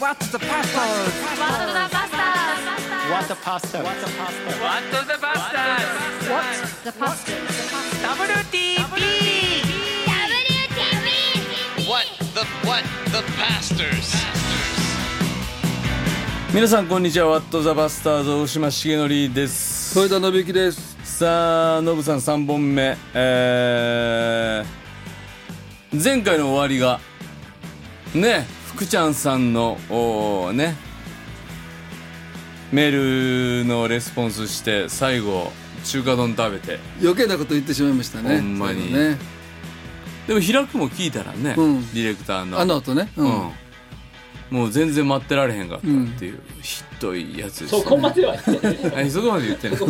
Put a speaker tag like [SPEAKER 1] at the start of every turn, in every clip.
[SPEAKER 1] What's the pasta?
[SPEAKER 2] What the pasta?
[SPEAKER 1] What's the pasta? WTP!
[SPEAKER 3] What the pastors?
[SPEAKER 4] 皆さんこんにちは。ワットザバスターズ大島重則です。
[SPEAKER 5] 添田信之です。
[SPEAKER 4] さあノブさん3本目、前回の終わりがね、福ちゃんさんのねメールのレスポンスして最後中華丼食べて
[SPEAKER 5] 余計なこと言ってしまいましたね。
[SPEAKER 4] ほんまに
[SPEAKER 5] ね。
[SPEAKER 4] でも開くも聞いたらね、
[SPEAKER 5] うん、
[SPEAKER 4] ディレクターの
[SPEAKER 5] あの後ね、
[SPEAKER 4] もう全然待ってられへんかったっていう、ひどいやつですね。
[SPEAKER 6] そこまでは言ってない
[SPEAKER 4] そこまで言ってない。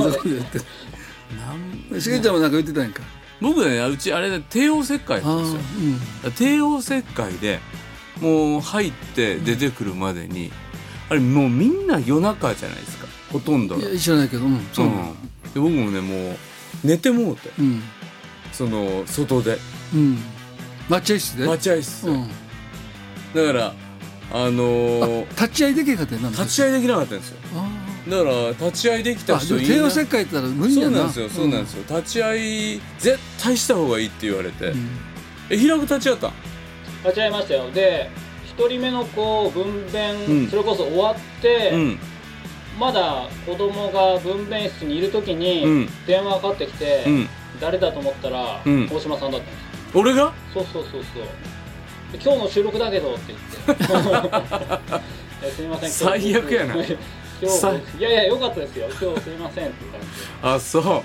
[SPEAKER 5] しげちゃんもなんか言ってたんか。
[SPEAKER 4] 僕ね、うちあれで帝王切開なんですよ、帝王切開でもう入って出てくるまでに、あれもうみんな夜中じゃないですか、ほとんどが。
[SPEAKER 5] いや知らないけど、そう
[SPEAKER 4] で僕もねもう寝てもうて、その外で、
[SPEAKER 5] 待合室で
[SPEAKER 4] 待合室で、だから
[SPEAKER 5] 立ち会いできなかったよな。
[SPEAKER 4] 立ち会いできなかったんですよ。だから立ち会いできた人いいな。
[SPEAKER 5] 帝王切開って言ったら無理だな。
[SPEAKER 4] そうなんですよ、そうなんですよ、立ち会い絶対した方がいいって言われて、平く立ち会った？
[SPEAKER 6] 立ち会いましたよ。で1人目の子分娩、それこそ終わって、まだ子供が分娩室にいる時に、電話かかってきて、誰だと思ったら、大島さんだったんです。俺
[SPEAKER 4] が？
[SPEAKER 6] そうで今日の収録だけどって言ってすみません、
[SPEAKER 4] 最悪やな
[SPEAKER 6] 今日いや良かったですよ、今日すみませんって言ったんですよ。
[SPEAKER 4] あ、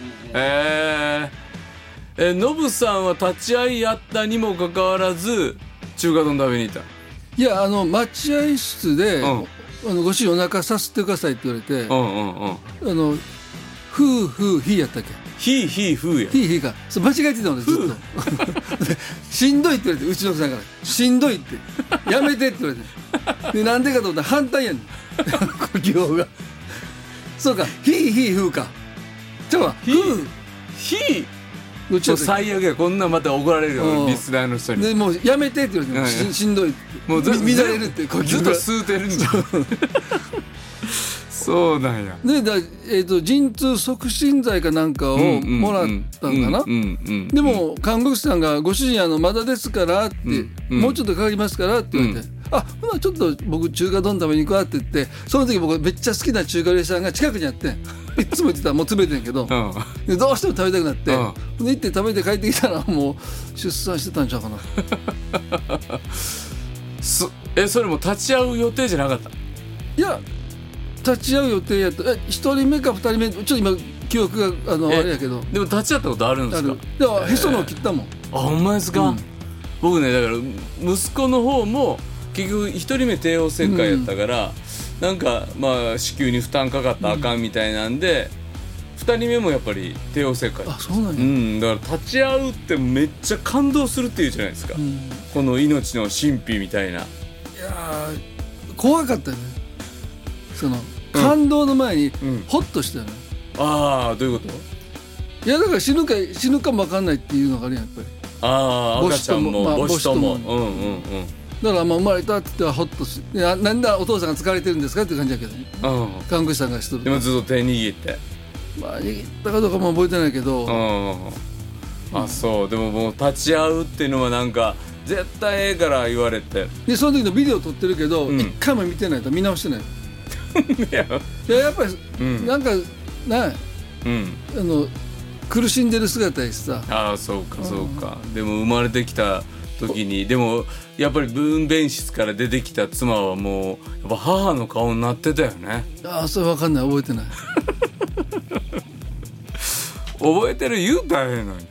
[SPEAKER 4] そう。ノブさんは立ち会いやったにもかかわらず中華丼食べに行った？
[SPEAKER 5] いや、待合室で、ご主人お腹さすってくださいって言われて、ふうひやったっけ？
[SPEAKER 4] ふうや。
[SPEAKER 5] ひが間違えてたのでずっとしんどいって言われて、うちの奥さんからしんどいってやめてって言われて、でなんでかと思ったら反対やねん呼吸が。そうか、ふうか。じゃあ
[SPEAKER 4] もう最悪や。こんなまた怒られるよ、リスナーの人に。
[SPEAKER 5] でもうやめてって言われて、しんどいって、もう乱れるって呼吸が
[SPEAKER 4] ずっと吸うてるんじゃんそうなんや。
[SPEAKER 5] で陣痛促進剤かなんかをもらったんかな。でも看護師さんがご主人まだですからって、もうちょっとかかりますからって言われて、ほなちょっと僕中華丼食べに行くわって言って、その時僕めっちゃ好きな中華料理屋さんが近くにあって、いつも言ってたらもう潰れてんけど、でどうしても食べたくなって、行って食べて帰ってきたらもう出産してたんちゃうかな
[SPEAKER 4] それも立ち会う予定じゃなかった？い
[SPEAKER 5] や立ち会う予定やった。1人目か2人目ちょっと今記憶があれやけど。
[SPEAKER 4] でも立ち会ったことあるんですか？
[SPEAKER 5] だからへそのを切ったもん。
[SPEAKER 4] ほんまですか？僕ね、だから息子の方も結局1人目帝王切開やったから、なんかまあ子宮に負担かかったらあかんみたいなんで、2人目もやっぱり帝王切開。
[SPEAKER 5] あ、そうなん
[SPEAKER 4] や。だから立ち会うってめっちゃ感動するっていうじゃないですか、この命の神秘みたいな。いや
[SPEAKER 5] 怖かったよね。その感動の前にホッとしたよね。
[SPEAKER 4] ああ、どういうこと？
[SPEAKER 5] いやだから死ぬかも分かんないっていうのがあるやん、やっぱり。
[SPEAKER 4] 赤ちゃんも母子とも。
[SPEAKER 5] だから生まれたって言ってホッとし、なんだお父さんが疲れてるんですかっていう感じだけど、看護師さんが一人
[SPEAKER 4] でもずっと手握って、
[SPEAKER 5] 握ったかどうかも覚えてないけど、
[SPEAKER 4] そう。でももう立ち会うっていうのはなんか絶対ええから言われて、
[SPEAKER 5] でその時のビデオ撮ってるけど、一回も見てないと見直してないいややっぱり、なんか苦しんでる姿やしさ。
[SPEAKER 4] そうか。でも生まれてきた時に、でもやっぱり分娩室から出てきた妻はもうやっぱ母の顔になってたよね。
[SPEAKER 5] それ分かんない、覚えてない
[SPEAKER 4] 覚えてる言うたらええのに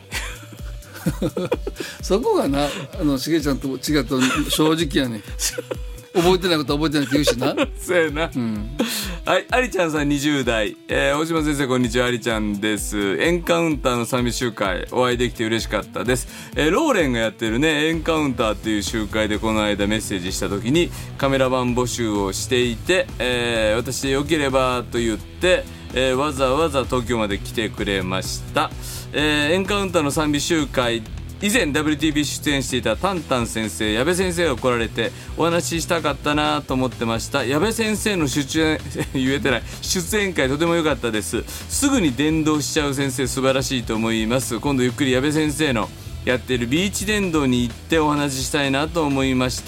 [SPEAKER 5] そこがな、しげちゃんと違った正直やね覚えてないことは覚えてないって言うしな
[SPEAKER 4] そうやな、はい、ありちゃんさん20代、大島先生こんにちは、ありちゃんです。エンカウンターの賛美集会お会いできて嬉しかったです。ローレンがやってるねエンカウンターっていう集会でこの間メッセージした時にカメラマン募集をしていて、私でよければと言って、わざわざ東京まで来てくれました。エンカウンターの賛美集会以前 WTV 出演していたタンタン先生、矢部先生が来られてお話ししたかったなと思ってました。矢部先生の出演会とても良かったです。すぐに電動しちゃう先生素晴らしいと思います。今度ゆっくり矢部先生のやっているビーチ電動に行ってお話ししたいなと思いました。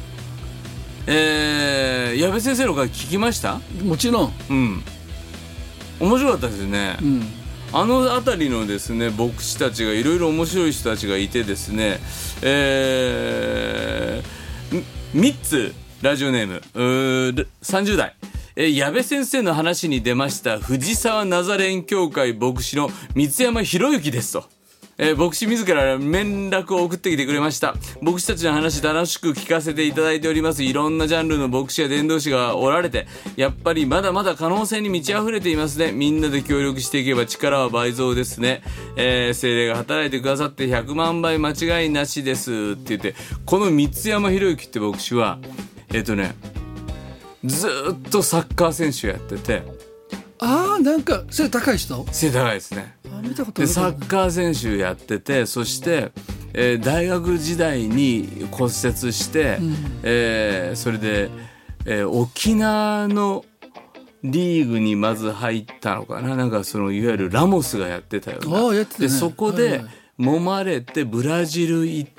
[SPEAKER 4] 矢部先生の回聞きました？
[SPEAKER 5] もちろん、
[SPEAKER 4] うん、面白かったですね、うん、あの辺りのですね牧師たちがいろいろ面白い人たちがいてですね、3つラジオネーム30代、矢部先生の話に出ました藤沢ナザレン教会牧師の三山博之ですと、牧師自ら連絡を送ってきてくれました。牧師たちの話楽しく聞かせていただいております。いろんなジャンルの牧師や伝道師がおられて、やっぱりまだまだ可能性に満ち溢れていますね。みんなで協力していけば力は倍増ですね。精霊が働いてくださって100万倍間違いなしですって言って、この三山博之って牧師はずっとサッカー選手やってて、
[SPEAKER 5] なんか背高い人？
[SPEAKER 4] 背高いですね。
[SPEAKER 5] 見たことない。
[SPEAKER 4] でサッカー選手やってて、そして、大学時代に骨折して、それで、沖縄のリーグにまず入ったのかな、なんかそのいわゆるラモスがやってたような、
[SPEAKER 5] やってたね、
[SPEAKER 4] でそこで揉まれてブラジル行って、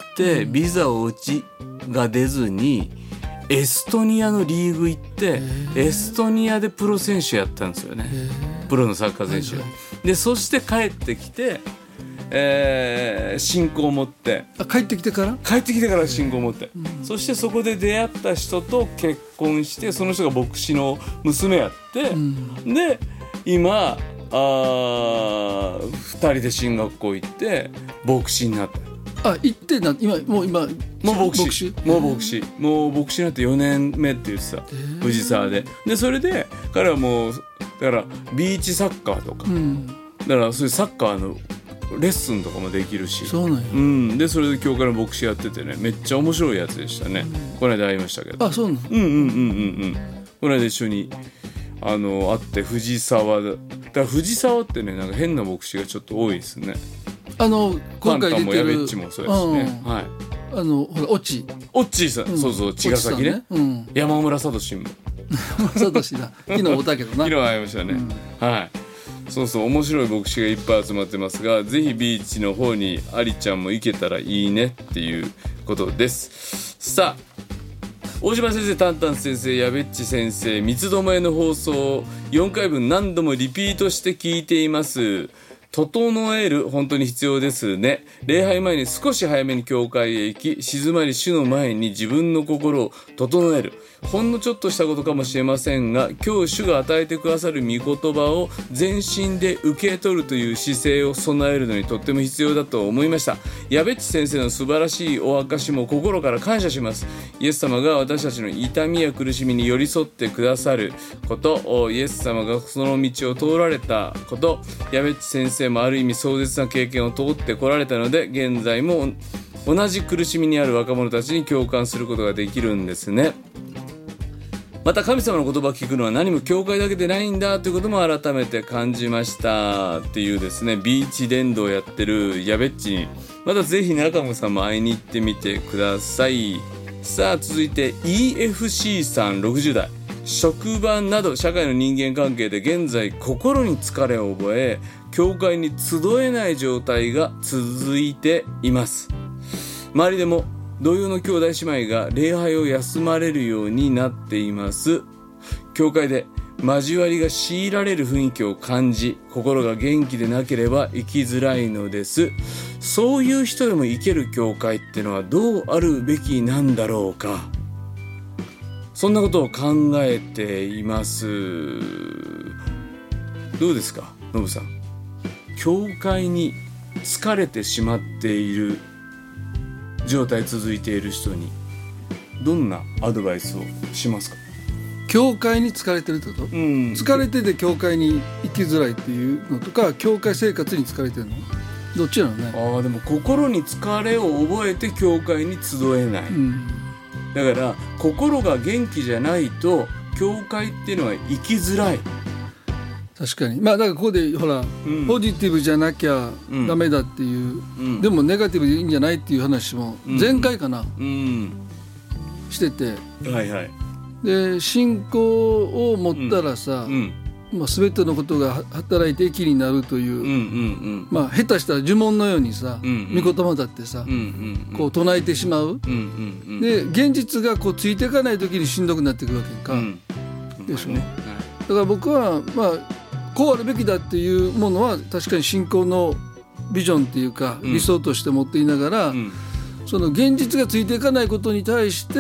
[SPEAKER 4] ビザが出ずにエストニアのリーグ行って、エストニアでプロ選手やったんですよね。プロのサッカー選手、でそして帰ってきて、信仰を持って、
[SPEAKER 5] 帰ってきてから
[SPEAKER 4] 信仰を持って、そしてそこで出会った人と結婚して、その人が牧師の娘やって、で今2人で進学校行って牧師になった。
[SPEAKER 5] 行ってな、もう牧師
[SPEAKER 4] になって4年目って言ってた、藤沢で。でそれで彼はもうだからビーチサッカーとか、だからそういうサッカーのレッスンとかもできるし、
[SPEAKER 5] そうなんや、
[SPEAKER 4] でそれで教会の牧師やっててね、めっちゃ面白いやつでしたね。この間会いましたけど。
[SPEAKER 5] そうなの。
[SPEAKER 4] この間一緒に会って藤沢だから藤沢ってね、なんか変な牧師がちょっと多いですね。
[SPEAKER 5] 今回出てる
[SPEAKER 4] タンタンもやべっちもそうですね、はい、
[SPEAKER 5] ほらオッチー
[SPEAKER 4] さん、そうそう、茅ヶ崎ね、山村聡も
[SPEAKER 5] 聡だ、昨日会ったけどな。
[SPEAKER 4] 昨日会いましたね、はい、そうそう、面白い牧師がいっぱい集まってますが、ぜひビーチの方にアリちゃんも行けたらいいねっていうことです。さあ、大島先生、タンタン先生、やべっち先生、三つどもえの放送4回分何度もリピートして聞いています。整える、本当に必要ですね。礼拝前に少し早めに教会へ行き、静まり主の前に自分の心を整える。ほんのちょっとしたことかもしれませんが、今日主が与えてくださる御言葉を全身で受け取るという姿勢を備えるのにとっても必要だと思いました。やべっち先生の素晴らしいお証しも心から感謝します。イエス様が私たちの痛みや苦しみに寄り添ってくださること、イエス様がその道を通られたこと、やべっち先生もある意味壮絶な経験を通ってこられたので、現在も同じ苦しみにある若者たちに共感することができるんですね。また神様の言葉を聞くのは何も教会だけでないんだということも改めて感じましたっていうですね、ビーチ伝道をやってるやべっちにまたぜひ中野さんも会いに行ってみてください。さあ、続いて EFC さん60代、職場など社会の人間関係で現在心に疲れを覚え、教会に集えない状態が続いています。周りでも同様の兄弟姉妹が礼拝を休まれるようになっています。教会で交わりが強いられる雰囲気を感じ、心が元気でなければ生きづらいのです。そういう人でも生ける教会ってのはどうあるべきなんだろうか。そんなことを考えています。どうですか、ノブさん。教会に疲れてしまっている状態続いている人にどんなアドバイスをしますか？
[SPEAKER 5] 教会に疲れてるってこと？疲れてて教会に行きづらいっていうのとか、教会生活に疲れてるの？どっちなのね。
[SPEAKER 4] でも心に疲れを覚えて教会に集えない、だから心が元気じゃないと教会っていうのは行きづらい。
[SPEAKER 5] 確かに。まあだからここでほら、ポジティブじゃなきゃダメだっていう、でもネガティブでいいんじゃないっていう話も前回かな、してて、
[SPEAKER 4] はいはい。
[SPEAKER 5] で信仰を持ったらさ、まあ、全てのことが働いて益になるという、まあ下手したら呪文のようにさ、御言葉だってさ、こう唱えてしまう、で現実がこうついていかない時にしんどくなってくるわけか、でしょ。だから僕はまあこうあるべきだっていうものは確かに信仰のビジョンっていうか理想として持っていながら、その現実がついていかないことに対して、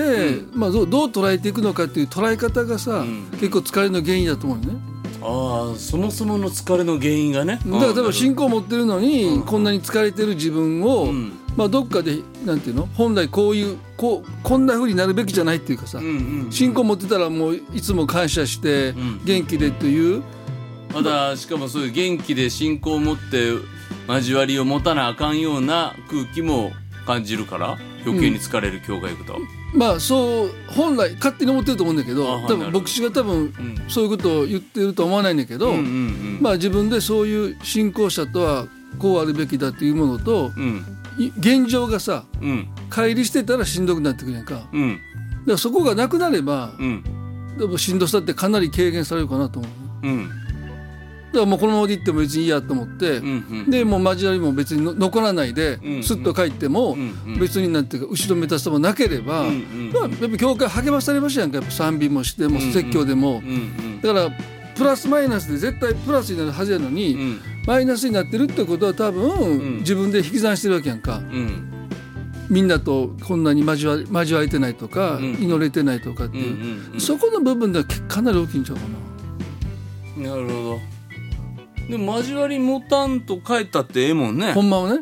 [SPEAKER 5] まあ、どう捉えていくのかっていう捉え方がさ、結構疲れの原因だと思うよね。
[SPEAKER 4] ああ、そもそもの疲れの原因がね。
[SPEAKER 5] だから多分信仰を持ってるのに、こんなに疲れてる自分を、まあ、どっかでなんていうの、本来こんな風になるべきじゃないっていうかさ、信仰を持ってたらもういつも感謝して元気でという、
[SPEAKER 4] まだしかもそういう元気で信仰を持って交わりを持たなあかんような空気も感じるから余計に疲れる教会行くと、
[SPEAKER 5] まあそう本来勝手に思ってると思うんだけど、多分牧師が多分そういうことを言ってるとは思わないんだけど、まあ自分でそういう信仰者とはこうあるべきだっていうものと、現状がさ、乖離してたらしんどくなってくるやんか、だからそこがなくなれば、でもしんどさってかなり軽減されるかなと思う、だからもうこのままでいっても別にいいやと思って、でもう交わりも別に残らないで、スッと帰っても、別になんていうか後ろめたさもなければ、やっぱ教会励まされましたやんか。やっぱ賛美もしても説教でも、だからプラスマイナスで絶対プラスになるはずやのに、マイナスになってるってことは多分、自分で引き算してるわけやんか、みんなとこんなに交われてないとか、祈れてないとかっていう、そこの部分ではかなり大きいんちゃうかな。
[SPEAKER 4] なるほど。でも交わり持たんと帰ったってええもんね、
[SPEAKER 5] ほんまはね。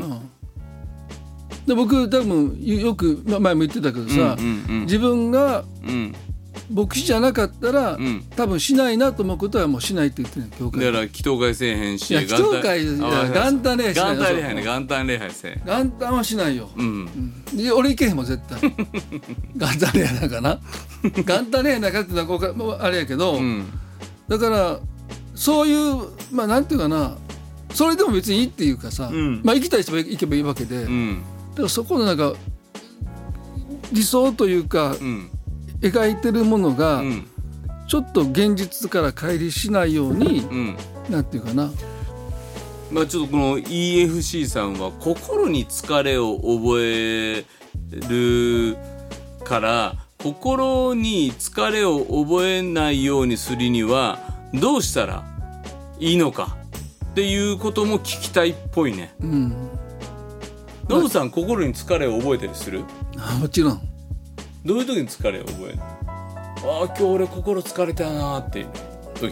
[SPEAKER 5] で僕多分よく前も言ってたけどさ、自分が牧師じゃなかったら、多分しないなと思うことはもうしないって言ってる教会
[SPEAKER 4] だから祈祷会せえへんし、
[SPEAKER 5] 祈祷会元旦礼拝しない。
[SPEAKER 4] 元旦礼拝ね、元旦礼拝せえ
[SPEAKER 5] 元旦はしないよ、俺行けへんもん絶対元旦礼拝なんかな元旦礼拝なんかってのはあれやけど、だからそういうまあなんていうかな、それでも別にいいっていうかさ、まあ行きたい人は行けばいいわけで、だからそこのなんか理想というか、描いてるものがちょっと現実から乖離しないように、なんていうかな、
[SPEAKER 4] まあちょっとこの EFC さんは心に疲れを覚えるから心に疲れを覚えないようにするにはどうしたらいいのかっていうことも聞きたいっぽいね。ノブさん、心に疲れを覚えたりする？
[SPEAKER 5] もちろん。
[SPEAKER 4] どういう時に疲れを覚えるの？ああ今日俺心疲れたなっていう時って。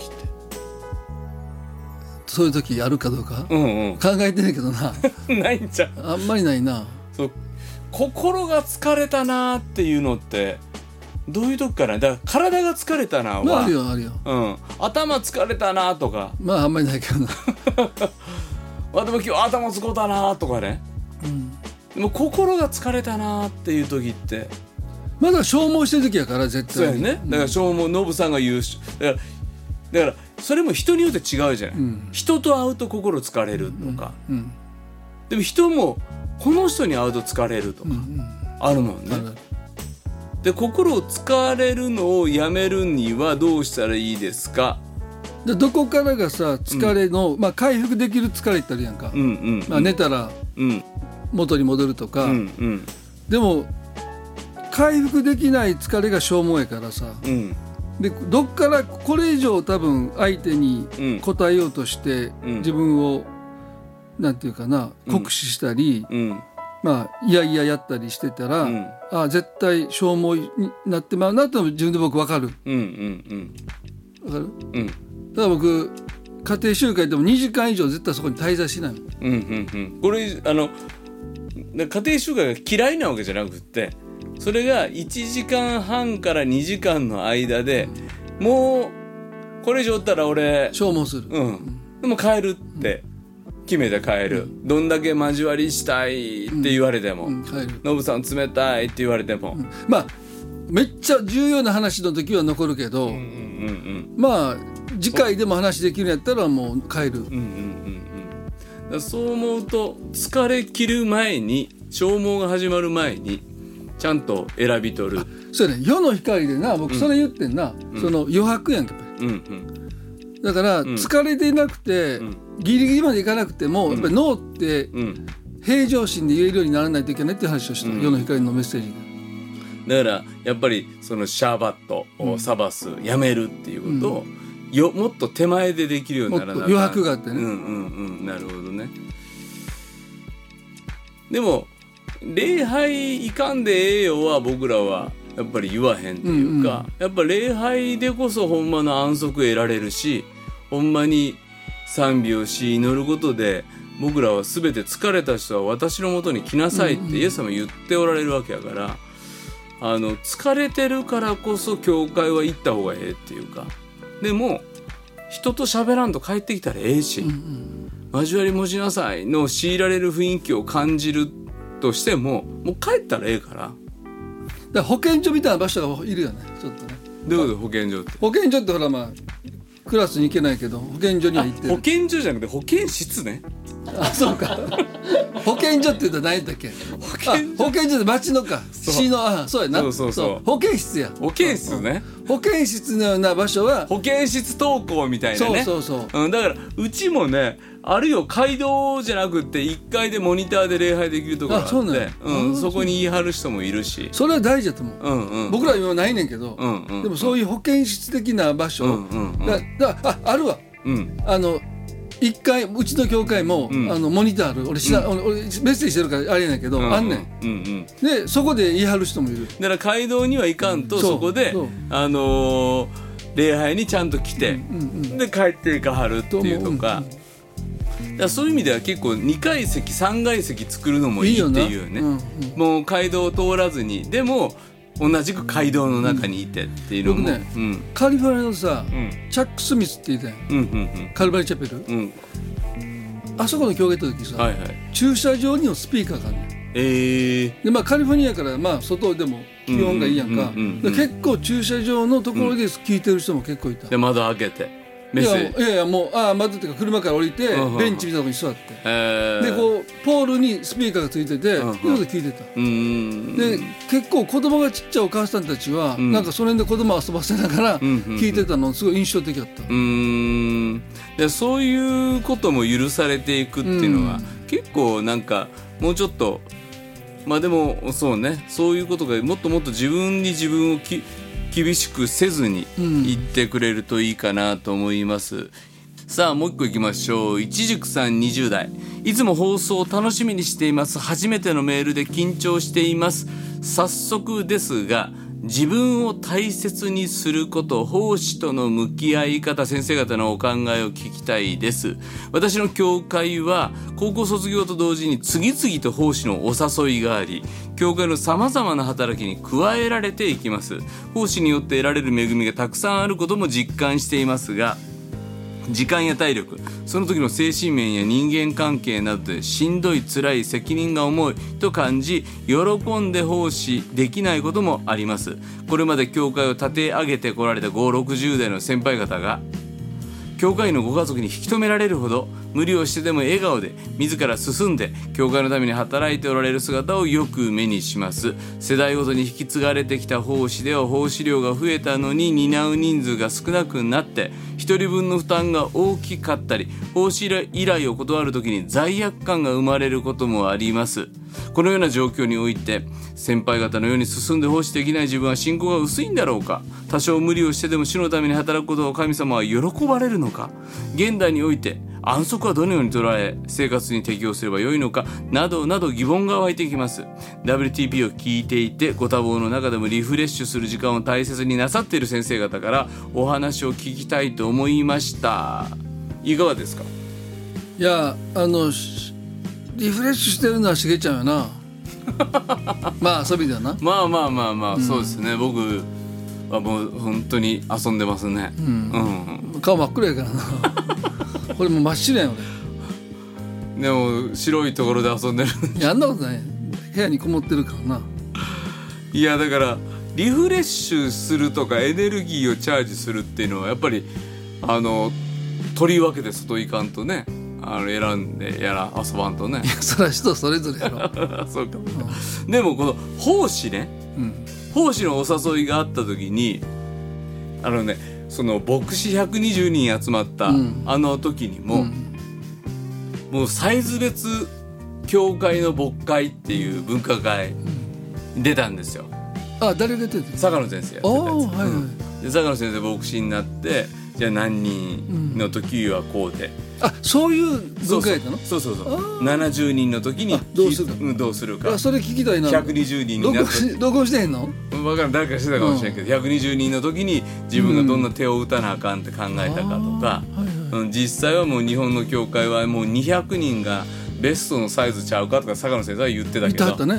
[SPEAKER 5] そういう時あるかどうか、考えてないけどな
[SPEAKER 4] ないんじゃん。
[SPEAKER 5] あんまりないな。
[SPEAKER 4] そう、心が疲れたなっていうのってどういう時かな。だから体が疲れたなは、
[SPEAKER 5] まあ、あるよあるよ、
[SPEAKER 4] 頭疲れたなとか、
[SPEAKER 5] まああんまりないけどな
[SPEAKER 4] でも今日頭疲れたなとかね、でも心が疲れたなっていう時って
[SPEAKER 5] まだ消耗してる時やから絶対に。
[SPEAKER 4] そうやね。だから消耗、ノブさんが言うだからそれも人によって違うじゃない、人と会うと心疲れるとか、でも人もこの人に会うと疲れるとかあるもんね、で心を疲れるのをやめるにはどうしたらいいですか。
[SPEAKER 5] でどこからがさ疲れの、まあ、回復できる疲れってあるやんか、まあ、寝たら元に戻るとか、でも回復できない疲れが消耗やからさ、でどっからこれ以上多分相手に応えようとして、自分をなんていうかな酷使したり、まあいやいややったりしてたら、あ絶対消耗になってまうなってのも自分で僕分かる。分かる、だから僕家庭集会でも2時間以上絶対そこに滞在しない。
[SPEAKER 4] これ家庭集会が嫌いなわけじゃなくって、それが1時間半から2時間の間でもうこれ以上おったら俺
[SPEAKER 5] 消耗する、
[SPEAKER 4] でも帰るって決めて帰る、どんだけ交わりしたいって言われても、ノブさん冷たいって言われても、
[SPEAKER 5] まあめっちゃ重要な話の時は残るけど、まあ次回でも話できるんやったらもう帰る。
[SPEAKER 4] そう思うと疲れ切る前に、消耗が始まる前にちゃんと選び取る。
[SPEAKER 5] そうやね、夜の光でな、僕それ言ってんな、その余白やんか、だから疲れていなくて、ギリギリまでいかなくても、やっぱり脳って平常心で言えるようにならないといけないっていう話をした、夜の光のメッセージ
[SPEAKER 4] で。だからやっぱりそのシャーバットをサバス、やめるっていうことを、もっと手前でできるようにならない。
[SPEAKER 5] 余白があってね。
[SPEAKER 4] なるほどね。でも礼拝いかんでええよは僕らはやっぱり言わへんっていうか、やっぱ礼拝でこそほんまの安息得られるし、ほんまに賛美をし祈ることで、僕らは全て疲れた人は私のもとに来なさいってイエス様言っておられるわけやから、疲れてるからこそ教会は行った方がええっていうか、でも人と喋らんと帰ってきたらええし、交わり持ちなさいの強いられる雰囲気を感じるとしても、もう帰ったらええから。
[SPEAKER 5] だから保健所みたいな場所がいるよね、ちょっとね。
[SPEAKER 4] どういうこと？保健所って。
[SPEAKER 5] 保健所ってほら、まあクラスに行けないけど保健所には行ってる。
[SPEAKER 4] 保健所じゃなくて保健室ね。
[SPEAKER 5] あ、そうか。保健所って言うと何だっけ？保健所って町のか、市の、あ、そうやな。そう保健室や。
[SPEAKER 4] 保健室ね。
[SPEAKER 5] 保健室のような場所は
[SPEAKER 4] 保健室登校みたいなね。
[SPEAKER 5] そう、
[SPEAKER 4] だからうちもね、あるよ、街道じゃなくって1階でモニターで礼拝できるところがあって、そこに言い張る人もいるし、
[SPEAKER 5] それは大事だと思う。僕らは今ないねんけど、でもそういう保健室的な場所、あるわ。1階、うちの教会も、モニターある。俺メッセージしてるからあれやねんけど、あんねん。でそこで言い張る人もいる。
[SPEAKER 4] だから街道には行かんと、そこで礼拝にちゃんと来て、で帰っていかはるっていうとか。だからそういう意味では結構2階席3階席作るのもいいっていうね。もう街道を通らずに、でも同じく街道の中にいてっていうのも、
[SPEAKER 5] 僕ね、カリフォルニアのさ、チャック・スミスって言ってたやん、カルバリーチャペル、あそこの教会行った時さ、駐車場にのスピーカーがあるねん。で、まあカリフォルニアから、まあ外でも気温がいいやんか、結構駐車場のところで聞いてる人も結構いた。
[SPEAKER 4] で窓開けて
[SPEAKER 5] いやもう窓っていうか車から降りて、ベンチみたいなとこに座って、でこうポールにスピーカーがついてて、それで聞いてた。で結構子供がちっちゃいお母さんたちは、なんかその辺で子供遊ばせながら聞いてたのすごい印象的だった。
[SPEAKER 4] でそういうことも許されていくっていうのは、結構なんかもうちょっと、まあでもそうね、そういうことがもっともっと自分に自分を厳しくせずに言ってくれるといいかなと思います。さあもう一個いきましょう。いちじくさん20代、いつも放送を楽しみにしています。初めてのメールで緊張しています。早速ですが、自分を大切にすること、奉仕との向き合い方、先生方のお考えを聞きたいです。私の教会は高校卒業と同時に次々と奉仕のお誘いがあり、教会の様々な働きに加えられていきます。奉仕によって得られる恵みがたくさんあることも実感していますが、時間や体力、その時の精神面や人間関係などでしんどい、辛い、責任が重いと感じ、喜んで奉仕できないこともあります。これまで教会を立て上げてこられた5、60代の先輩方が教会のご家族に引き止められるほど無理をしてでも笑顔で自ら進んで教会のために働いておられる姿をよく目にします。世代ごとに引き継がれてきた奉仕では奉仕量が増えたのに担う人数が少なくなって一人分の負担が大きかったり、奉仕依頼を断るときに罪悪感が生まれることもあります。このような状況において先輩方のように進んで奉仕できない自分は信仰が薄いんだろうか。多少無理をしてでも主のために働くことを神様は喜ばれるのか。現代において安息はどのように捉え生活に適応すればよいのかなどなど疑問が湧いてきます。 WTP を聞いていてご多忙の中でもリフレッシュする時間を大切になさっている先生方からお話を聞きたいと思いました。いかがですか？
[SPEAKER 5] いや、リフレッシュしてるのはしげちゃんよな。まあ遊びだな。
[SPEAKER 4] まあ、そうですね。僕はもう本当に遊んでますね。
[SPEAKER 5] 顔真っ黒やからな。これもう真っ白やん俺。
[SPEAKER 4] でも白いところで遊んでる。
[SPEAKER 5] いや、あんなことない。部屋にこもってるからな。
[SPEAKER 4] いやだからリフレッシュするとかエネルギーをチャージするっていうのはやっぱりとりわけで外行かんとね、選んで遊ばんとね
[SPEAKER 5] それは人それぞれやろ
[SPEAKER 4] そうか、でもこの奉仕ね、奉仕のお誘いがあった時にその牧師120人集まった、あの時にも、もうサイズ別教会の牧会っていう文化会出たんですよ。
[SPEAKER 5] 誰が出てる？
[SPEAKER 4] 坂野先生やってたやつ、
[SPEAKER 5] はいはい、
[SPEAKER 4] で坂野先生牧師になって、じゃあ何人の時はこうで、
[SPEAKER 5] そういう文化やったの？
[SPEAKER 4] そう70人の時にどうするか。
[SPEAKER 5] それ聞きたいな。
[SPEAKER 4] 120人になって
[SPEAKER 5] 録音してへんの？
[SPEAKER 4] 分からん、誰かしてたかもしれんけど、120人の時に自分がどんな手を打たなあかんって考えたかとか、実際はもう日本の教会はもう200人がベストのサイズちゃうかとか坂野先生は言ってたけど、
[SPEAKER 5] その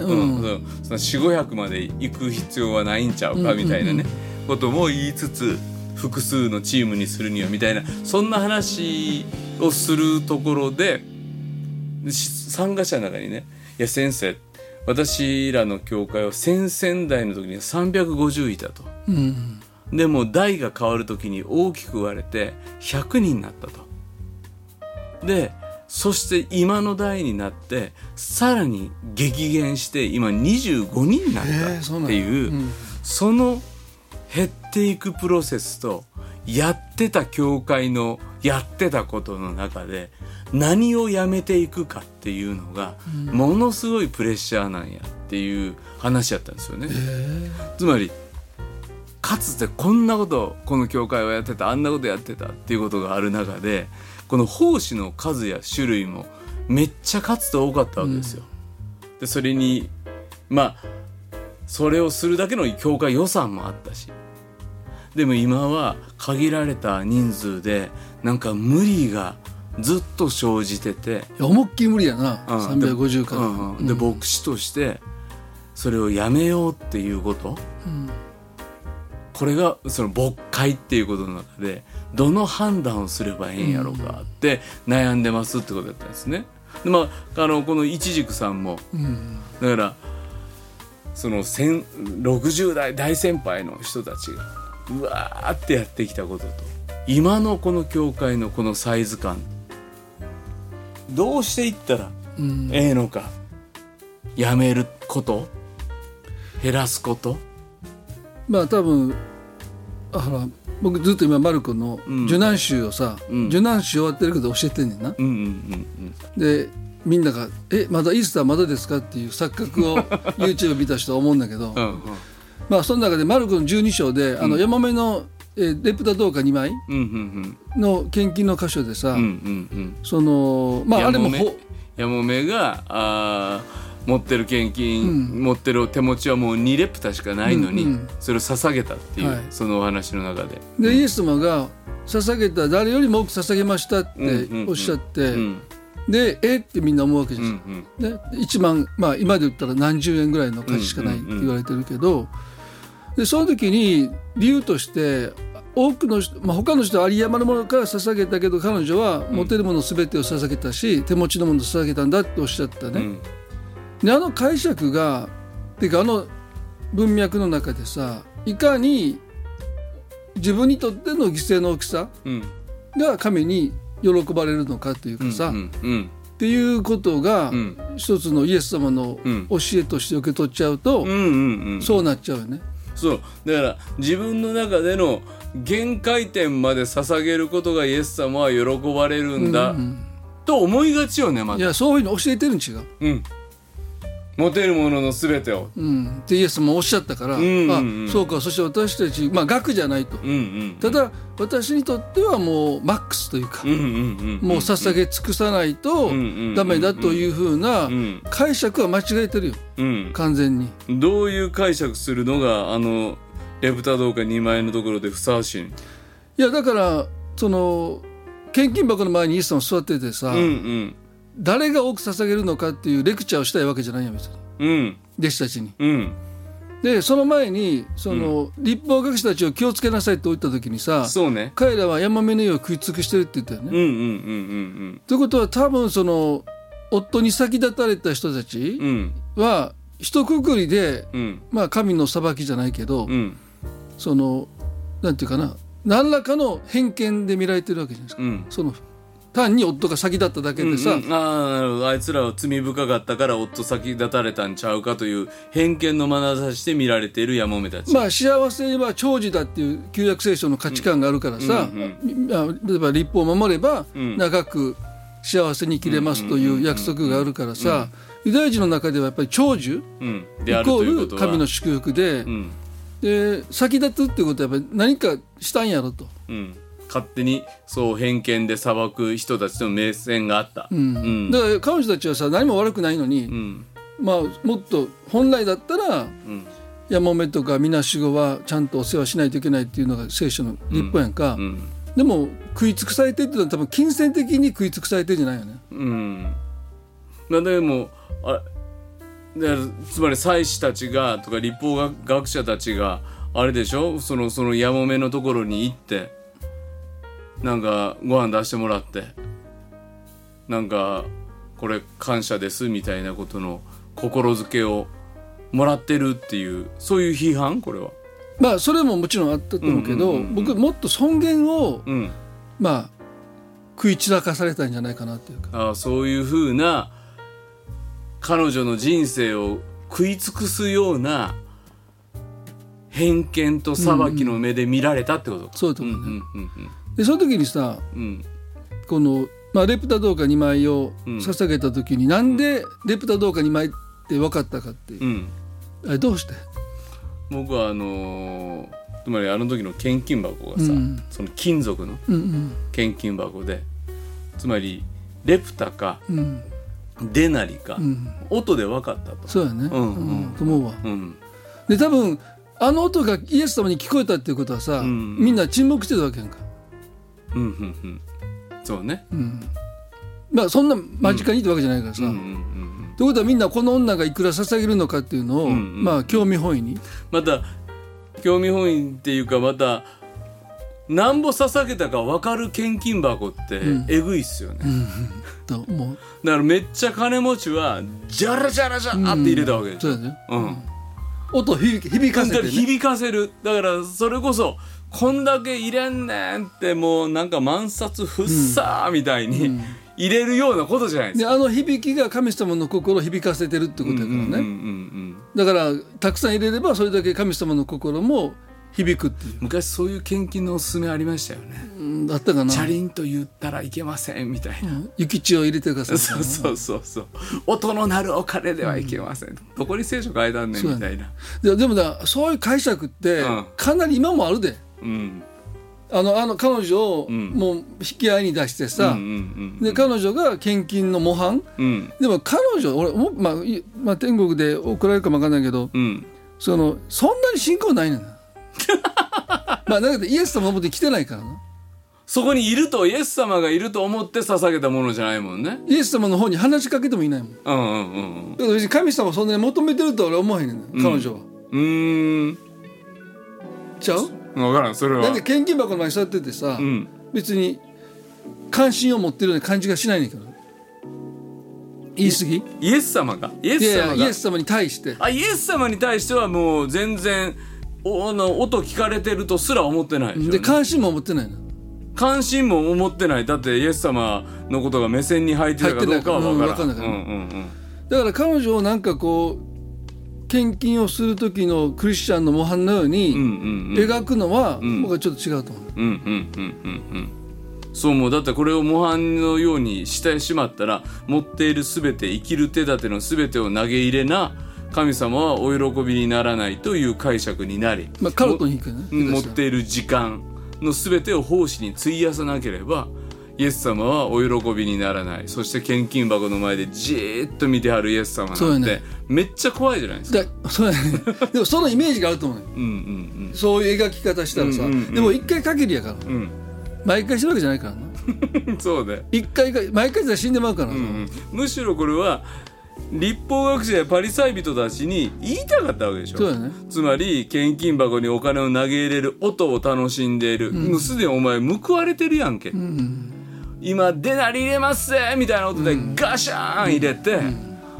[SPEAKER 4] 400-500まで行く必要はないんちゃうかみたいなね、ことも言いつつ、複数のチームにするにはみたいな、そんな話をするところで参加者の中にね、いや先生、私らの教会は先々代の時に350いたと、でも代が変わる時に大きく割れて100人になったと。でそして今の代になってさらに激減して今25人になったっていう、その減っていくプロセスとやってた教会のやってたことの中で何をやめていくかっていうのがものすごいプレッシャーなんやっていう話やったんですよね。つまりかつてこんなことをこの教会はやってた、あんなことやってたっていうことがある中で、この奉仕の数や種類もめっちゃかつて多かったわけですよ。でそれにそれをするだけの教会予算もあったし、でも今は限られた人数でなんか無理がずっと生じてて、
[SPEAKER 5] 思いっきり無理やな、350から、
[SPEAKER 4] で牧師としてそれをやめようっていうこと、これがその牧会っていうことの中でどの判断をすればいいんやろうかって悩んでますってことだったんですね。でこのいちじくさんも、だからその60代大先輩の人たちがうわーってやってきたことと今のこの教会のこのサイズ感、どうしていったらええのか、やめること、減らすこと、
[SPEAKER 5] 多分僕ずっと今マルコの受難集をさ、受難集終わってるけど教えてんねんな、でみんながまだイースターまだですかっていう錯覚を YouTube 見た人は思うんだけどその中でマルコの12章でヤモメのレプタ銅貨2枚の献金の箇所でさ、そのあれも
[SPEAKER 4] ヤモメが持ってる献金、持ってる手持ちはもう2レプタしかないのに、それを捧げたっていう、そのお話の中で
[SPEAKER 5] イエス様が捧げた誰よりも多く捧げましたっておっしゃって、でってみんな思うわけです、で1万今で言ったら何十円ぐらいの価値しかないって言われてるけど、でその時に理由として多くの人、他の人は有り余るものから捧げたけど彼女は持てるもの全てを捧げたし、手持ちのものを捧げたんだっておっしゃったね、で解釈がっていうか文脈の中でさ、いかに自分にとっての犠牲の大きさが神に喜ばれるのかというかさ、っていうことが一つのイエス様の教えとして受け取っちゃうと、そうなっちゃうよね。
[SPEAKER 4] そうだから自分の中での限界点まで捧げることがイエス様は喜ばれるんだ、と思いがちよね。
[SPEAKER 5] いやそういうの教えてるん違う、
[SPEAKER 4] 持てるものの全てを、
[SPEAKER 5] ってイエスもおっしゃったから、そうか、そして私たち額じゃないと、ただ私にとってはもうマックスというか、もう捧げ尽くさないとダメだというふうな解釈は間違えてるよ、完全に。
[SPEAKER 4] どういう解釈するのがレプタ銅貨2枚のところでふさわしい？い
[SPEAKER 5] やだからその献金箱の前にイエス様座っててさ、誰が多く捧げるのかっていうレクチャーをしたいわけじゃないよ別に、弟子たちに、でその前に立法学者たちを気をつけなさいって言った時にさ、彼らはヤマメのよう食い尽くしてるって言ったよね。ということは多分夫に先立たれた人たちは一括りで、
[SPEAKER 4] うん
[SPEAKER 5] まあ神の裁きじゃないけど、
[SPEAKER 4] うん
[SPEAKER 5] そのなんていうかな、何らかの偏見で見られてるわけじゃないですか、
[SPEAKER 4] うん
[SPEAKER 5] その単に夫が先立っただけでさ、
[SPEAKER 4] うんうん、なるほど。あいつらは罪深かったから夫先立たれたんちゃうかという偏見の眼差しで見られているやもめたち。
[SPEAKER 5] まあ幸せは長寿だっていう旧約聖書の価値観があるからさ、まあ例えば立法を守れば長く幸せに生きれますという約束があるからさ、ユダヤ人の中ではやっぱり長寿イ
[SPEAKER 4] である
[SPEAKER 5] コ
[SPEAKER 4] ということは
[SPEAKER 5] ール神の祝福で、で先立つってことはやっぱり何かしたんやろと、
[SPEAKER 4] 勝手にそう偏見で裁く人たちの目線があった、
[SPEAKER 5] だから彼女たちはさ何も悪くないのに、まあもっと本来だったら、やもめとかみなしごはちゃんとお世話しないといけないっていうのが聖書の立法やんか、でも食い尽くされてるっていうのは多分金銭的に食い尽くされてるんじゃないよね。
[SPEAKER 4] まあでもつまり祭司たちがとか立法学者たちがあれでしょ、そのやもめのところに行ってなんかご飯出してもらってなんかこれ感謝ですみたいなことの心づけをもらってるっていうそういう批判、これは
[SPEAKER 5] まあそれももちろんあったと思うけど、僕もっと尊厳を、まあ食い散らかされたんじゃないかなっていうか、
[SPEAKER 4] そういうふうな彼女の人生を食い尽くすような偏見と裁きの目で見られたってことか、
[SPEAKER 5] そうだと思うね、でその時にさ、この、まあ、レプタ銅貨2枚を捧げた時に、なんでレプタ銅貨2枚って分かったかっていう、あれどうして？
[SPEAKER 4] 僕はつまりあの時の献金箱がさ、その金属の献金箱で、つまりレプタか、デナリか、音で分かったと。
[SPEAKER 5] そうやね、と思うわ、で多分あの音がイエス様に聞こえたっていうことはさ、みんな沈黙してたわけやんか、
[SPEAKER 4] そうね、
[SPEAKER 5] まあそんな間近にいたわけじゃないからさ、ということはみんなこの女がいくら捧げるのかっていうのを、まあ興味本位に
[SPEAKER 4] また興味本位っていうか、またなんぼ捧げたか分かる献金箱ってえぐいっすよね、
[SPEAKER 5] と思う。
[SPEAKER 4] だからめっちゃ金持ちはジャラジャラジャラって入れたわけでしょ、
[SPEAKER 5] そうだね、音を響かせて、ね、
[SPEAKER 4] 響かせる。だからそれこそこんだけ入れんねんってもうなんか万札ふっさーみたいに入れるようなことじゃないですか、
[SPEAKER 5] であの響きが神様の心を響かせてるってことだからね、だからたくさん入れればそれだけ神様の心も響くっていう。
[SPEAKER 4] 昔そういう献金のおすすめありましたよね、
[SPEAKER 5] あったかな。
[SPEAKER 4] チャリンと言ったらいけませんみたいな、
[SPEAKER 5] 諭吉を入れてください。
[SPEAKER 4] そう音の鳴るお金ではいけません、どこに聖書書いてあんねんみたいな。
[SPEAKER 5] でもそういう解釈ってかなり今もあるで、あの彼女をもう引き合いに出してさ、で彼女が献金の模範、でも彼女俺まあ天国で怒られるかもわかんないけど、そんなに信仰ないねんなまあだけどイエス様のもとに来てないからな。
[SPEAKER 4] そこにいると、イエス様がいると思って捧げたものじゃないもんね。
[SPEAKER 5] イエス様の方に話しかけてもいないもん。だから別に神様をそんなに求めてるとは俺は思わへんねん、彼女は。ちゃう？
[SPEAKER 4] 分からん、それは。
[SPEAKER 5] だって献金箱の前に座っててさ、別に関心を持ってるような感じがしないねんから。言い過ぎ？
[SPEAKER 4] イエス様がイエ
[SPEAKER 5] ス様に対して。
[SPEAKER 4] イエス様に対してはもう全然音聞かれてるとすら思ってないでしょ、ね、
[SPEAKER 5] で関心も持ってないの。
[SPEAKER 4] 関心も思ってない。だってイエス様のことが目線に入ってたかどうかは分からん。
[SPEAKER 5] だから彼女をなんかこう献金をする時のクリスチャンの模範のように描くのは僕はちょっと違うと思う。
[SPEAKER 4] そう思う。だってこれを模範のようにしてしまったら、持っているすべて、生きる手立てのすべてを投げ入れな神様はお喜びにならないという解釈になり、
[SPEAKER 5] カルトに行くね、
[SPEAKER 4] 持っている時間のすべてを奉仕に費やさなければイエス様はお喜びにならない。そして献金箱の前でじーっと見てはるイエス様なんてめっちゃ怖いじゃないですか。
[SPEAKER 5] そうやねでもそのイメージがあると思うねそういう描き方したらさ、でも一回限りやから、毎回してるわけじゃないからな
[SPEAKER 4] そうね、
[SPEAKER 5] 一回毎回じゃ死んでまうからな、
[SPEAKER 4] むしろこれは立法学者やパリサイ人たちに言いたかったわけでしょ。
[SPEAKER 5] そうだね、
[SPEAKER 4] つまり献金箱にお金を投げ入れる音を楽しんでいる、もうすでにお前報われてるやんけ、今デナリ入れますぜみたいな音でガシャーン入れて、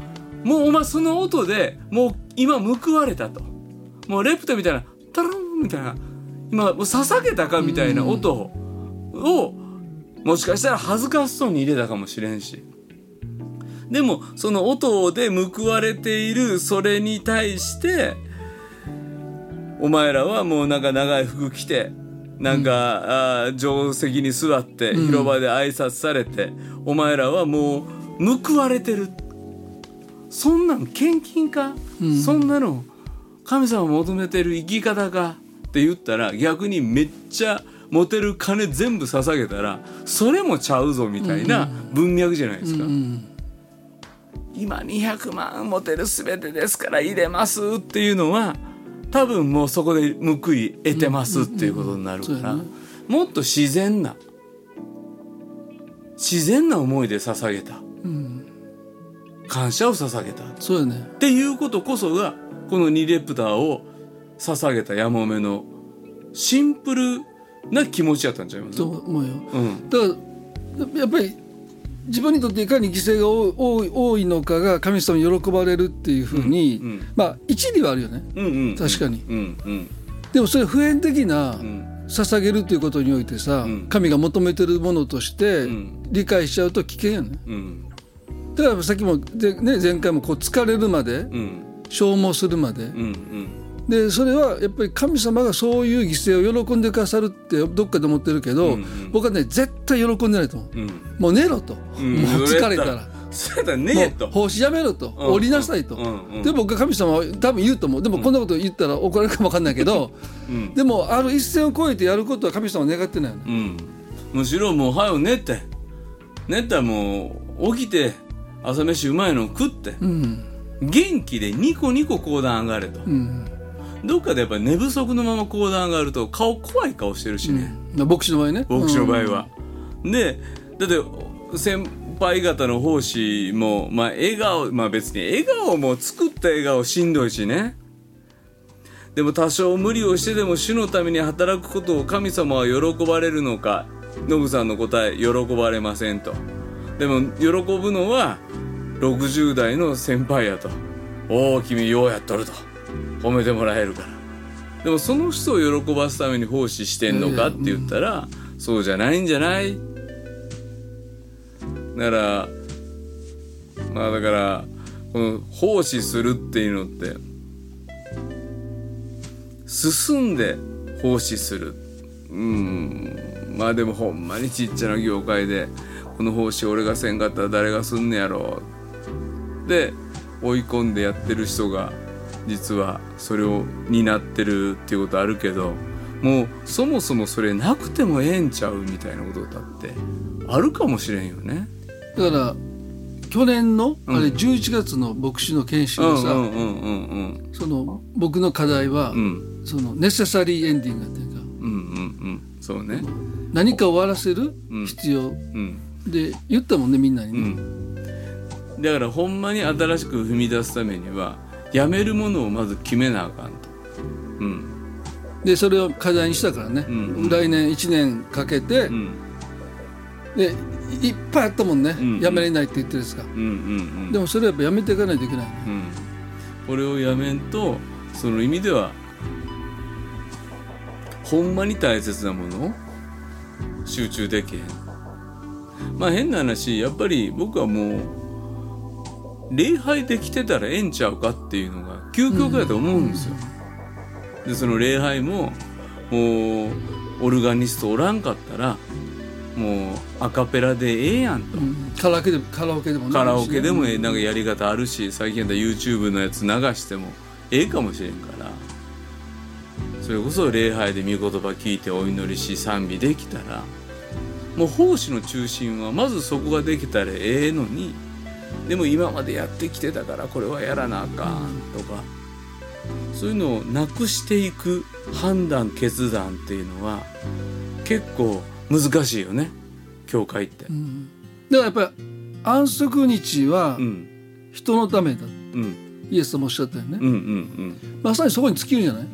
[SPEAKER 4] もうお前その音でもう今報われたと、もうレプトみたいなタランみたいな今もう捧げたかみたいな音をもしかしたら恥ずかしそうに入れたかもしれんし、でもその音で報われているそれに対してお前らはもうなんか長い服着てなんか、定席に座って広場で挨拶されて、お前らはもう報われてる、そんなん献金か、そんなの神様求めてる生き方かって言ったら、逆にめっちゃ持てる金全部捧げたらそれもちゃうぞみたいな文脈じゃないですか、今200万持てる全てですから入れますっていうのは多分もうそこで報い得てますっていうことになるから、もっと自然な思いで捧げた、感謝を捧げた、
[SPEAKER 5] そうよね
[SPEAKER 4] っていうことこそがこの2レプターを捧げたヤモメのシンプルな気持ちやったんちゃいます？
[SPEAKER 5] そう思うよ、だからやっぱり自分にとっていかに犠牲が多いのかが神様に喜ばれるっていうふうに、まあ一理はあるよね、確かに、でもそれ普遍的な捧げるということにおいてさ、神が求めてるものとして理解しちゃうと危険やね、だからさっきも前回もこう疲れるまで、消耗するまで、でそれはやっぱり神様がそういう犠牲を喜んでくださるってどっかで思ってるけど、僕はね絶対喜んでないと思う、もう寝ろと、もう疲れたら
[SPEAKER 4] そうやったらねえと、
[SPEAKER 5] 奉仕やめろと、降りなさいと、で僕は神様は多分言うと思う。でもこんなこと言ったら怒られるかも分かんないけど、でもある一線を越えてやることは神様は願ってないよね、
[SPEAKER 4] むしろもう早く寝たらもう起きて朝飯うまいの食って、元気でニコニコ講談上がれと、どっかでやっぱり寝不足のまま講談上がると顔怖い顔してるしね、
[SPEAKER 5] 牧師の場合ね、
[SPEAKER 4] 牧師の場合は、でだって先輩方の奉仕も、笑顔、別に笑顔も作った笑顔しんどいしね、でも多少無理をしてでも主のために働くことを神様は喜ばれるのか、ノブさんの答え喜ばれませんと。でも喜ぶのは60代の先輩やと、おお君ようやっとると褒めてもらえるから。でもその人を喜ばすために奉仕してんのかって言ったら、そうじゃないんじゃない。だからこの奉仕するっていうのって進んで奉仕する、でもほんまにちっちゃな業界でこの奉仕俺がせんかったら誰がすんねやろで追い込んでやってる人が実はそれを担ってるっていうことあるけど、もうそもそもそれなくてもええんちゃうみたいなことだってあるかもしれんよね。
[SPEAKER 5] だから去年のあれ11月の牧師の研修でさ、その僕の課題は、そのネセサリーエンディングっていうか、
[SPEAKER 4] そうね、
[SPEAKER 5] 何か終わらせる必要、で言ったもんねみんなにね、
[SPEAKER 4] だからほんまに新しく踏み出すためにはやめるものをまず決めなあかんと、
[SPEAKER 5] でそれを課題にしたからね、来年1年かけて、でいっぱいあったもんね、やめれないって言ってるんですか、でもそれはやっぱやめていかないといけない、
[SPEAKER 4] これをやめんとその意味ではほんまに大切なものを集中できへん。変な話、やっぱり僕はもう礼拝できてたらええんちゃうかっていうのが究極だと思うんですよ、でその礼拝ももうオルガニストおらんかったらもうアカペラでええやんと、
[SPEAKER 5] カラオケでもね、
[SPEAKER 4] カラオケでもなんかやり方あるし、最近だったら YouTube のやつ流してもええかもしれんから、それこそ礼拝で御言葉聞いてお祈りし賛美できたら、もう奉仕の中心はまずそこができたらええのに、でも今までやってきてたからこれはやらなあかんとか、そういうのをなくしていく判断決断っていうのは結構難しいよね、教会って、だ
[SPEAKER 5] からやっぱり安息日は人のためだ、イエス様おっしゃったよね、まさにそこに尽きるんじゃない、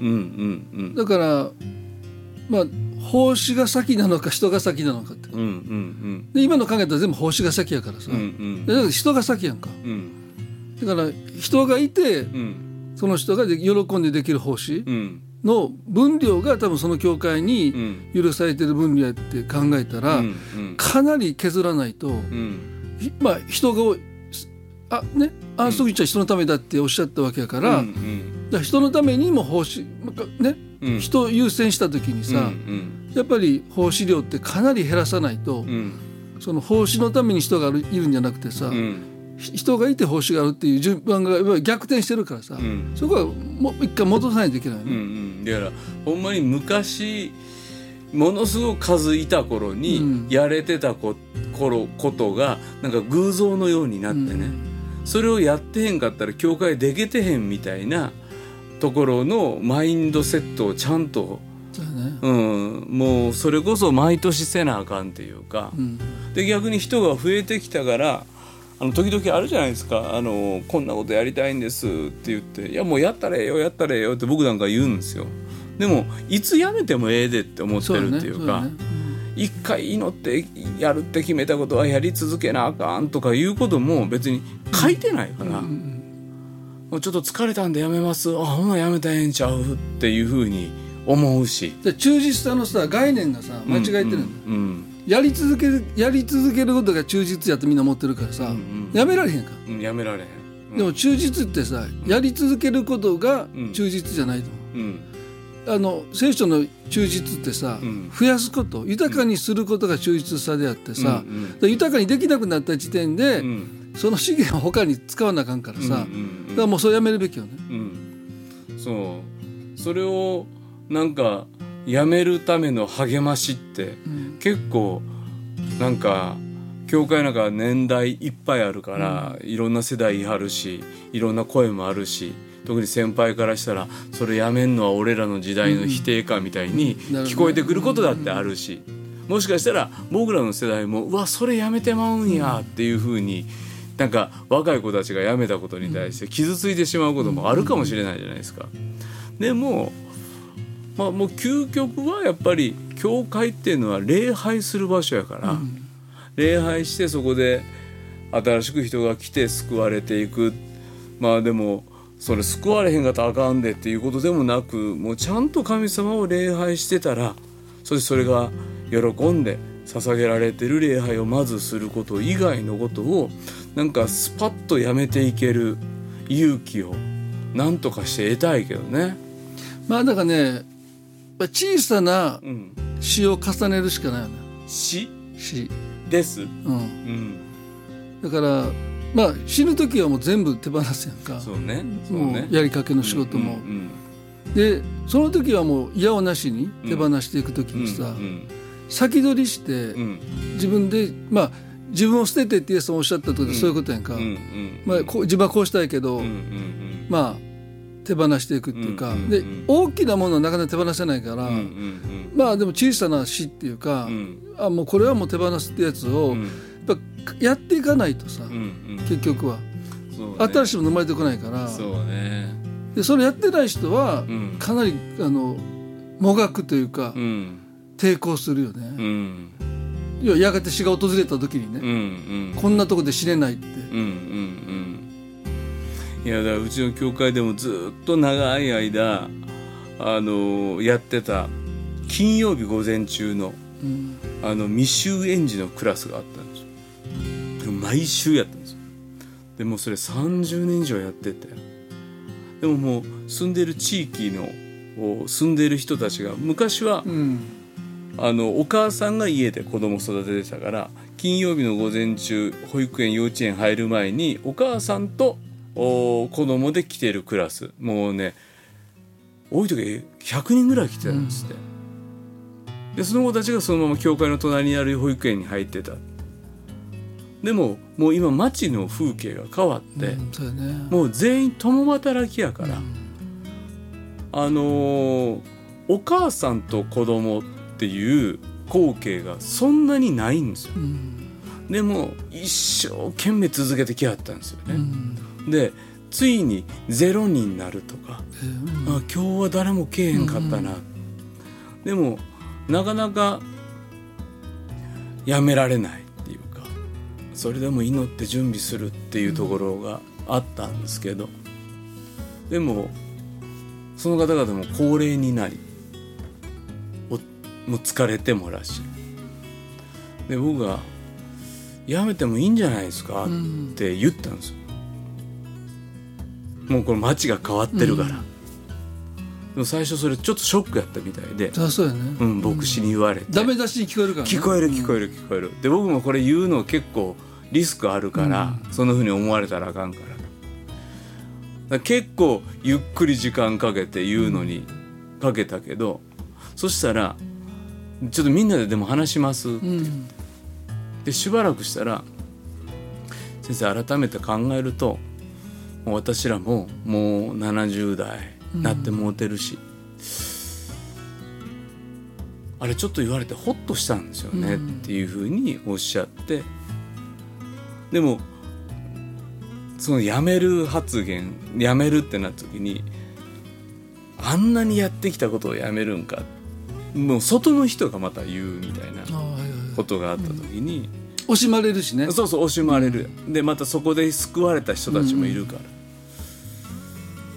[SPEAKER 5] だから奉仕が先なのか人が先なのかって、で今の考えたら全部奉仕が先やからさ、だから人が先やんか、 だから人がいて、
[SPEAKER 4] うん、
[SPEAKER 5] その人が喜んでできる奉仕の分量が多分その教会に許されてる分量って考えたら、かなり削らないと、まあ人が安息日は人のためだっておっしゃったわけやから、だから人のためにも奉仕ね、人を優先した時にさ、やっぱり奉仕量ってかなり減らさないと、その奉仕のために人がいるんじゃなくてさ、人がいて奉仕があるっていう順番が逆転してるからさ、そこはもう一回戻さないといけないね、
[SPEAKER 4] だからほんまに昔ものすごく数いた頃にやれてたことがなんか偶像のようになってね、それをやってへんかったら教会できてへんみたいなところのマインドセットをちゃんと、もうそれこそ毎年せなあかんっていうか、で逆に人が増えてきたから時々あるじゃないですか、こんなことやりたいんですって言って、いやもうやったらええよやったらええよって僕なんか言うんですよ。でもいつやめてもええでって思ってるっていうか、一回祈ってやるって決めたことはやり続けなあかんとかいうことも別に書いてないから、もうちょっと疲れたんでやめます、ほなやめたらええんちゃうっていうふうに思うし、
[SPEAKER 5] で忠実さのさ概念がさ間違えてるんだ、やり続けることが忠実やってみんな思ってるからさ、やめられへんか、
[SPEAKER 4] やめられへん、
[SPEAKER 5] でも忠実ってさ、やり続けることが忠実じゃないと思う、聖書の忠実ってさ、増やすこと、豊かにすることが忠実さであってさ、豊かにできなくなった時点で、その資源を他に使わなあかんからさ、だからもうそれやめるべきよね、
[SPEAKER 4] それをなんかやめるための励ましって、結構なんか教会なんか年代いっぱいあるから、いろんな世代いはるし、いろんな声もあるし、特に先輩からしたらそれやめんのは俺らの時代の否定かみたいに聞こえてくることだってあるし、もしかしたら僕らの世代もうわそれやめてまうんやっていう風に、なんか若い子たちがやめたことに対して傷ついてしまうこともあるかもしれないじゃないですか。でももう究極はやっぱり教会っていうのは礼拝する場所やから、礼拝してそこで新しく人が来て救われていく。でもそれ救われへんかったらあかんでっていうことでもなく、もうちゃんと神様を礼拝してたら、それが喜んで捧げられてる礼拝をまずすること以外のことをなんかスパッとやめていける勇気をなんとかして得たいけどね。
[SPEAKER 5] だからね、小さな詩を重ねるしかないよね。詩
[SPEAKER 4] です、
[SPEAKER 5] だから死ぬ時はもう全部手放すやんか。
[SPEAKER 4] そうね、
[SPEAKER 5] もうやりかけの仕事も、でその時はもう嫌をなしに手放していく時にさ、先取りして、自分で自分を捨ててってイエスさんおっしゃったとでそういうことやんか、自分はこうしたいけど、手放していくっていうか、で大きなものはなかなか手放せないから、でも小さな死っていうか、もうこれはもう手放すってやつを、やっていかないとさ、結局は、新しいもの生まれてこないから、でそれやってない人はかなりもがくというか、抵抗するよね、やがて死が訪れた時にね、こんなとこで死ねないって、
[SPEAKER 4] いやだからうちの教会でもずっと長い間やってた金曜日午前中の、未就園児のクラスがあったんですよ。毎週やったんですよ。でもそれ30年以上やってて、でももう住んでる地域の住んでる人たちが昔は、お母さんが家で子供育ててたから、金曜日の午前中保育園幼稚園入る前にお母さんと子供で来てるクラス、もうね多い時100人ぐらい来てたんですって、でその子たちがそのまま教会の隣にある保育園に入ってた。でももう今街の風景が変わって、もう全員共働きやから、お母さんと子供っていう光景がそんなにないんですよ、でも一生懸命続けてきはったんですよね、でついに0人になるとか、今日は誰も来えへんかったな、でもなかなかやめられないっていうか、それでも祈って準備するっていうところがあったんですけど、でもその方々も高齢になりもう疲れてもらし、で僕がやめてもいいんじゃないですかって言ったんですよ、もうこの街が変わってるから、でも最初それちょっとショックやったみたいで、
[SPEAKER 5] そうやね、
[SPEAKER 4] 牧師に言われて、
[SPEAKER 5] ダメ出しに聞こえるからね、
[SPEAKER 4] 聞こえるで僕もこれ言うの結構リスクあるから、そんな風に思われたらあかんから、だから結構ゆっくり時間かけて言うのにかけたけど、そしたらちょっとみんなででも話しますって言って、でしばらくしたら先生改めて考えるともう私らももう70代なってもうてるし、あれちょっと言われてホッとしたんですよねっていうふうにおっしゃって、でもその辞める発言、辞めるってなった時にあんなにやってきたことを辞めるんか、もう外の人がまた言うみたいなことがあった時に、
[SPEAKER 5] 惜しまれるしね、
[SPEAKER 4] そう惜しまれる、でまたそこで救われた人たちもいるから、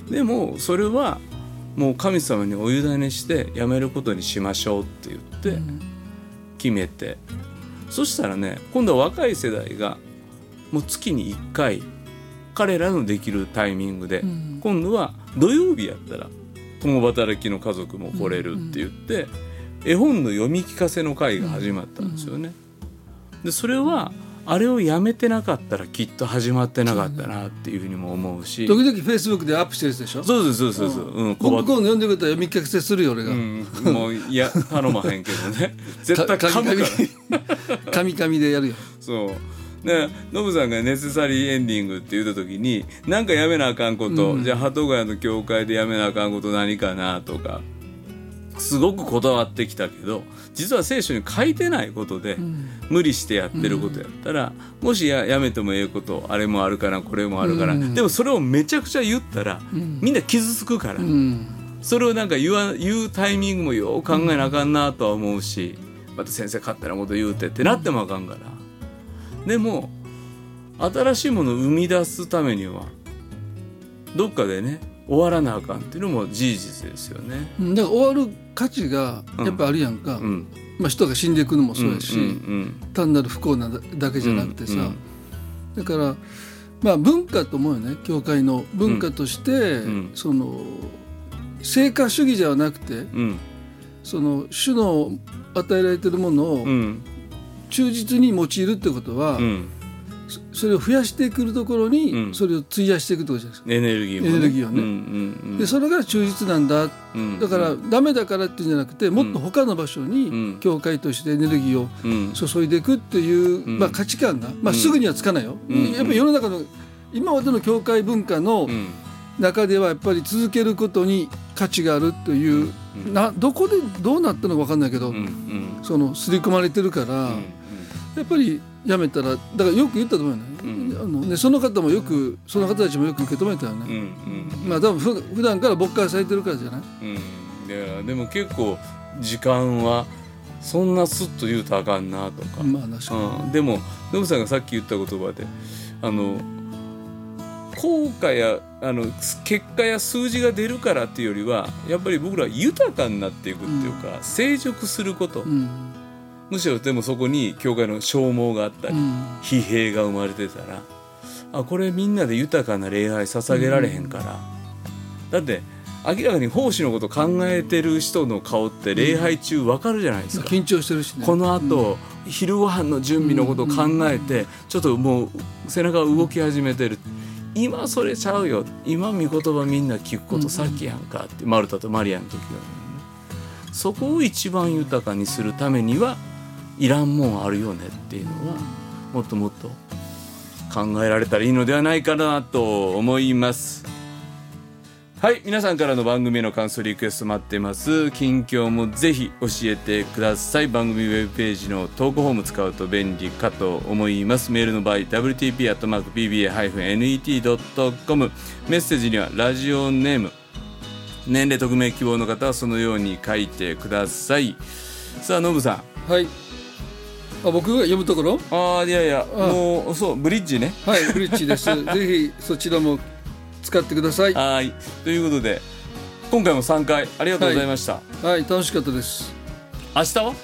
[SPEAKER 4] でもそれはもう神様にお委ねしてやめることにしましょうって言って決めて、そしたらね、今度は若い世代がもう月に1回彼らのできるタイミングで、今度は土曜日やったら共働きの家族も来れるって言って、絵本の読み聞かせの会が始まったんですよね。でそれはあれをやめてなかったらきっと始まってなかったなっていうふうにも思うし、
[SPEAKER 5] 時々フェイスブックでアップしてるでしょ。
[SPEAKER 4] そうです、
[SPEAKER 5] ポップコーン読んでくれたら読み聞かせするよ俺が、
[SPEAKER 4] もういや頼まへんけどね絶対噛むから
[SPEAKER 5] 噛みでやるよ。
[SPEAKER 4] そうね、ノブさんがネセサリーエンディングって言った時になんかやめなあかんこと、じゃあ鳩ヶ谷の教会でやめなあかんこと何かなとかすごくこだわってきたけど、実は聖書に書いてないことで、無理してやってることやったら、もし やめてもええことあれもあるからこれもあるから、でもそれをめちゃくちゃ言ったら、みんな傷つくから、それをなんか言うタイミングもよく考えなあかんなとは思うし、また先生勝手なこと言うてってなってもあかんから、でも新しいものを生み出すためにはどっかでね終わらなあかんっていうのも事実ですよね。
[SPEAKER 5] だから終わる価値がやっぱあるやんか、人が死んでいくのもそうやし、単なる不幸なだけじゃなくてさ、だから文化と思うよね、教会の文化として、その成果主義じゃなくて、その主の与えられているものを忠実に用いるってことは、それを増やしてくるところにそれを費やしていくってことじゃないですか、
[SPEAKER 4] エネルギーをね、
[SPEAKER 5] でそれが忠実なんだ、だからダメだからっていうんじゃなくて、もっと他の場所に教会としてエネルギーを注いでいくっていう、価値観が、すぐにはつかないよ、やっぱり世の中の今までの教会文化の中ではやっぱり続けることに価値があるという、どこでどうなったのか分かんないけど、その刷り込まれてるから、やっぱりやめたら、だからよく言ったと思うよね、その方もよく、その方たちもよく受け止めたよね、多分普段から牧会されてるからじゃない、
[SPEAKER 4] いやでも結構時間はそんなスッと言うとあかんなとか、
[SPEAKER 5] 確かに、
[SPEAKER 4] でもノブさんがさっき言った言葉で効果や結果や数字が出るからっていうよりは、やっぱり僕らは豊かになっていくっていうか、成熟すること、むしろでもそこに教会の消耗があったり、疲弊が生まれてたら、これみんなで豊かな礼拝捧げられへんから、だって明らかに奉仕のこと考えてる人の顔って礼拝中分かるじゃないですか、
[SPEAKER 5] 緊張してるしね、
[SPEAKER 4] この後、昼ご飯の準備のことを考えて、ちょっともう背中が動き始めてる、今それちゃうよ、今御言葉みんな聞くこと先やんかって、マルタとマリアの時は、そこを一番豊かにするためにはいらんもんあるよねっていうのはもっともっと考えられたらいいのではないかなと思います。はい、皆さんからの番組への感想リクエスト待ってます。近況もぜひ教えてください。番組ウェブページの投稿フォーム使うと便利かと思います。メールの場合 wtp@pba-net.com、 メッセージにはラジオネーム、年齢匿名希望の方はそのように書いてください。さあノブさん、
[SPEAKER 5] はい、 僕が読むところ、
[SPEAKER 4] いやいや、もうそうブリッジね。
[SPEAKER 5] はい、ブリッジですぜひそちらも使ってください。
[SPEAKER 4] はい、ということで今回も参加ありがとうございました。
[SPEAKER 5] はい、楽しかったです。
[SPEAKER 4] 明日は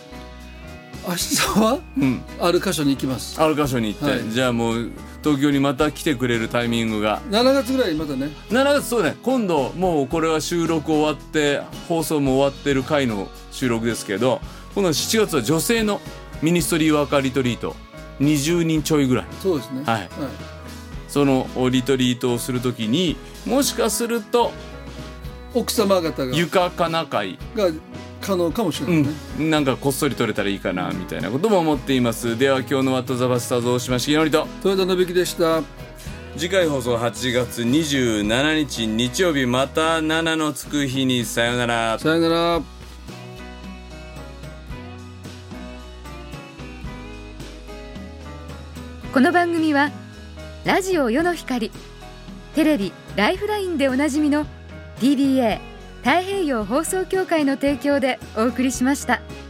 [SPEAKER 5] ある箇所に行きます。
[SPEAKER 4] ある箇所に行って、じゃあもう東京にまた来てくれるタイミングが
[SPEAKER 5] 7月ぐらいまたね。
[SPEAKER 4] 7月、そうね、今度もうこれは収録終わって放送も終わってる回の収録ですけど、今度7月は女性のミニストリーワーカーリトリート20人ちょいぐらい。
[SPEAKER 5] そうですね、
[SPEAKER 4] はい、そのリトリートをするときにもしかすると
[SPEAKER 5] 奥様方が
[SPEAKER 4] 床かな会
[SPEAKER 5] が可能かもしれないね、
[SPEAKER 4] なんかこっそり撮れたらいいかなみたいなことも思っています。では今日のワットザバスターズ大島重則と
[SPEAKER 5] 豊田信之でした。
[SPEAKER 4] 次回放送8月27日日曜日、また7のつく日にさよなら。
[SPEAKER 5] さよなら。
[SPEAKER 2] この番組はラジオ世の光、テレビライフラインでおなじみの TBA 太平洋放送協会の提供でお送りしました。